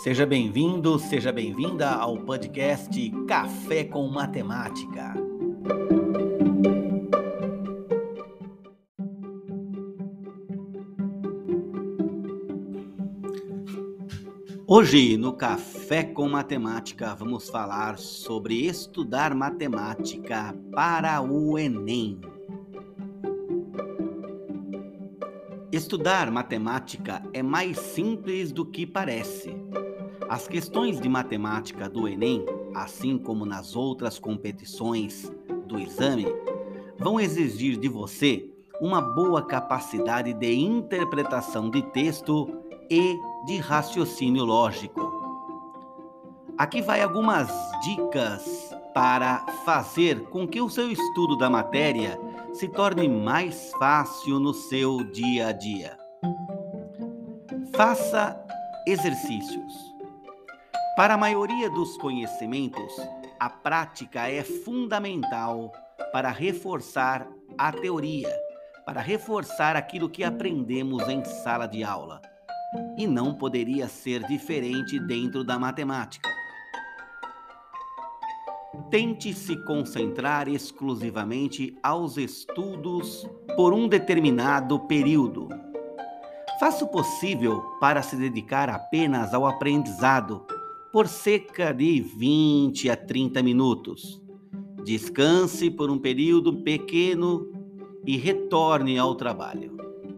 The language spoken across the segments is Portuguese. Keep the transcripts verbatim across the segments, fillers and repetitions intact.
Seja bem-vindo, seja bem-vinda ao podcast Café com Matemática. Hoje, no Café com Matemática, vamos falar sobre estudar matemática para o Enem. Estudar matemática é mais simples do que parece. As questões de matemática do Enem, assim como nas outras competições do exame, vão exigir de você uma boa capacidade de interpretação de texto e de raciocínio lógico. Aqui vai algumas dicas para fazer com que o seu estudo da matéria se torne mais fácil no seu dia a dia. Faça exercícios. Para a maioria dos conhecimentos, a prática é fundamental para reforçar a teoria, para reforçar aquilo que aprendemos em sala de aula. E não poderia ser diferente dentro da matemática. Tente se concentrar exclusivamente aos estudos por um determinado período. Faça o possível para se dedicar apenas ao aprendizado por cerca de vinte a trinta minutos. Descanse por um período pequeno e retorne ao trabalho.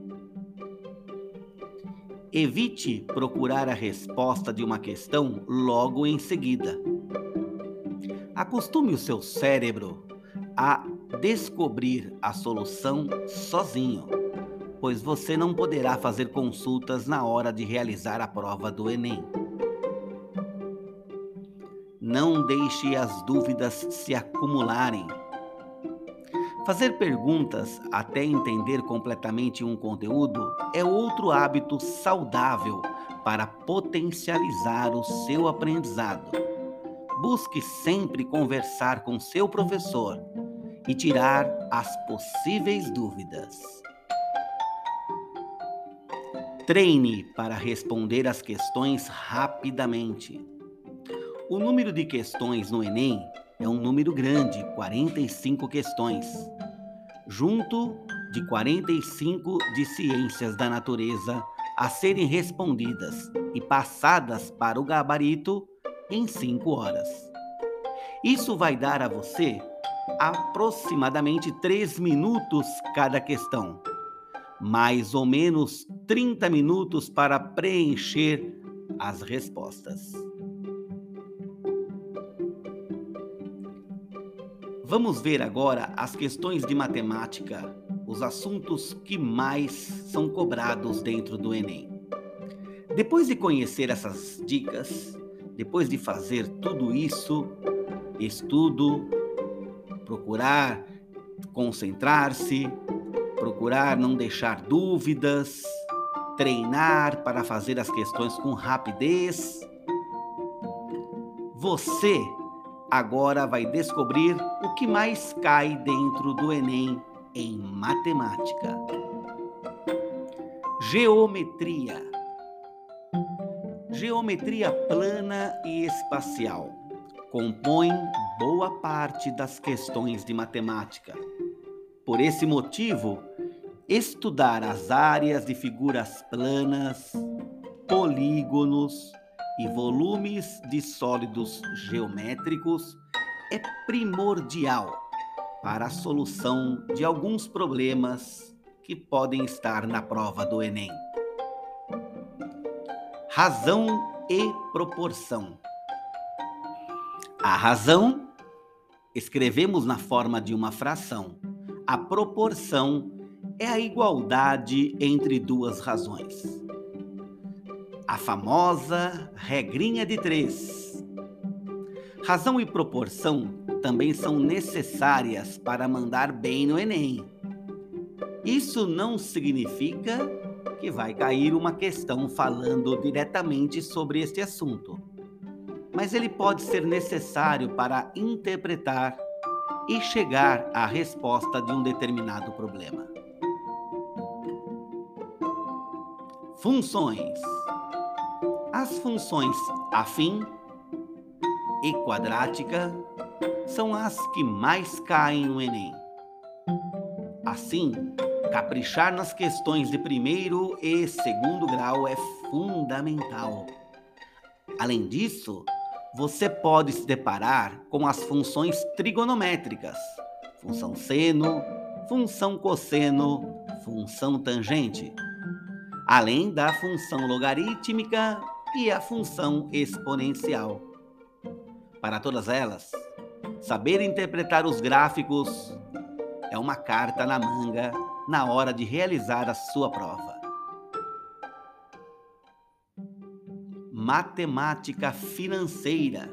Evite procurar a resposta de uma questão logo em seguida. Acostume o seu cérebro a descobrir a solução sozinho, pois você não poderá fazer consultas na hora de realizar a prova do Enem. Não deixe as dúvidas se acumularem. Fazer perguntas até entender completamente um conteúdo é outro hábito saudável para potencializar o seu aprendizado. Busque sempre conversar com seu professor e tirar as possíveis dúvidas. Treine para responder as questões rapidamente. O número de questões no Enem é um número grande, quarenta e cinco questões, junto de quarenta e cinco de ciências da natureza a serem respondidas e passadas para o gabarito em cinco horas. Isso vai dar a você aproximadamente três minutos cada questão, mais ou menos trinta minutos para preencher as respostas. Vamos ver agora as questões de matemática, os assuntos que mais são cobrados dentro do Enem. Depois de conhecer essas dicas, depois de fazer tudo isso, estudo, procurar concentrar-se, procurar não deixar dúvidas, treinar para fazer as questões com rapidez, você agora vai descobrir o que mais cai dentro do Enem em matemática. Geometria. Geometria plana e espacial compõe boa parte das questões de matemática. Por esse motivo, estudar as áreas de figuras planas, polígonos e volumes de sólidos geométricos é primordial para a solução de alguns problemas que podem estar na prova do Enem. Razão e proporção. A razão escrevemos na forma de uma fração. A proporção é a igualdade entre duas razões. A famosa regrinha de três. Razão e proporção também são necessárias para mandar bem no Enem. Isso não significa que vai cair uma questão falando diretamente sobre este assunto, mas ele pode ser necessário para interpretar e chegar à resposta de um determinado problema. Funções. As funções afim e quadrática são as que mais caem no Enem. Assim, caprichar nas questões de primeiro e segundo grau é fundamental. Além disso, você pode se deparar com as funções trigonométricas, função seno, função cosseno, função tangente, além da função logarítmica e a função exponencial. Para todas elas, saber interpretar os gráficos é uma carta na manga na hora de realizar a sua prova. Matemática financeira.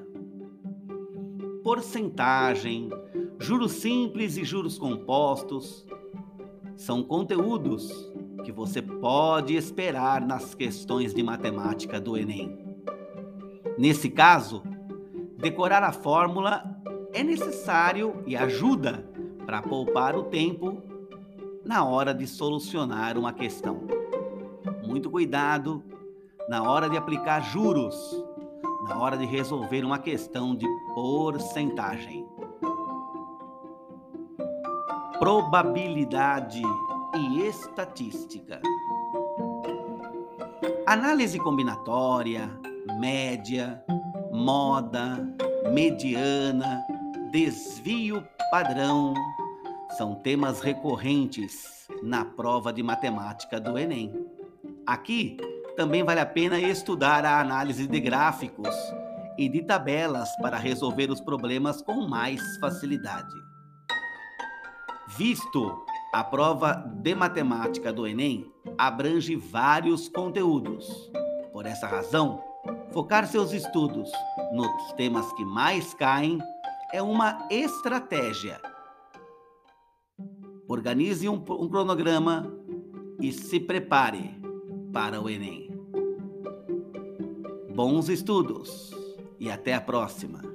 Porcentagem, juros simples e juros compostos são conteúdos que você pode esperar nas questões de matemática do Enem. Nesse caso, decorar a fórmula é necessário e ajuda para poupar o tempo na hora de solucionar uma questão. Muito cuidado na hora de aplicar juros, na hora de resolver uma questão de porcentagem. Probabilidade e estatística. Análise combinatória, média, moda, mediana, desvio padrão são temas recorrentes na prova de matemática do Enem. Aqui também vale a pena estudar a análise de gráficos e de tabelas para resolver os problemas com mais facilidade. Visto a prova de matemática do Enem abrange vários conteúdos. Por essa razão, focar seus estudos nos temas que mais caem é uma estratégia. Organize um, um cronograma e se prepare para o Enem. Bons estudos e até a próxima!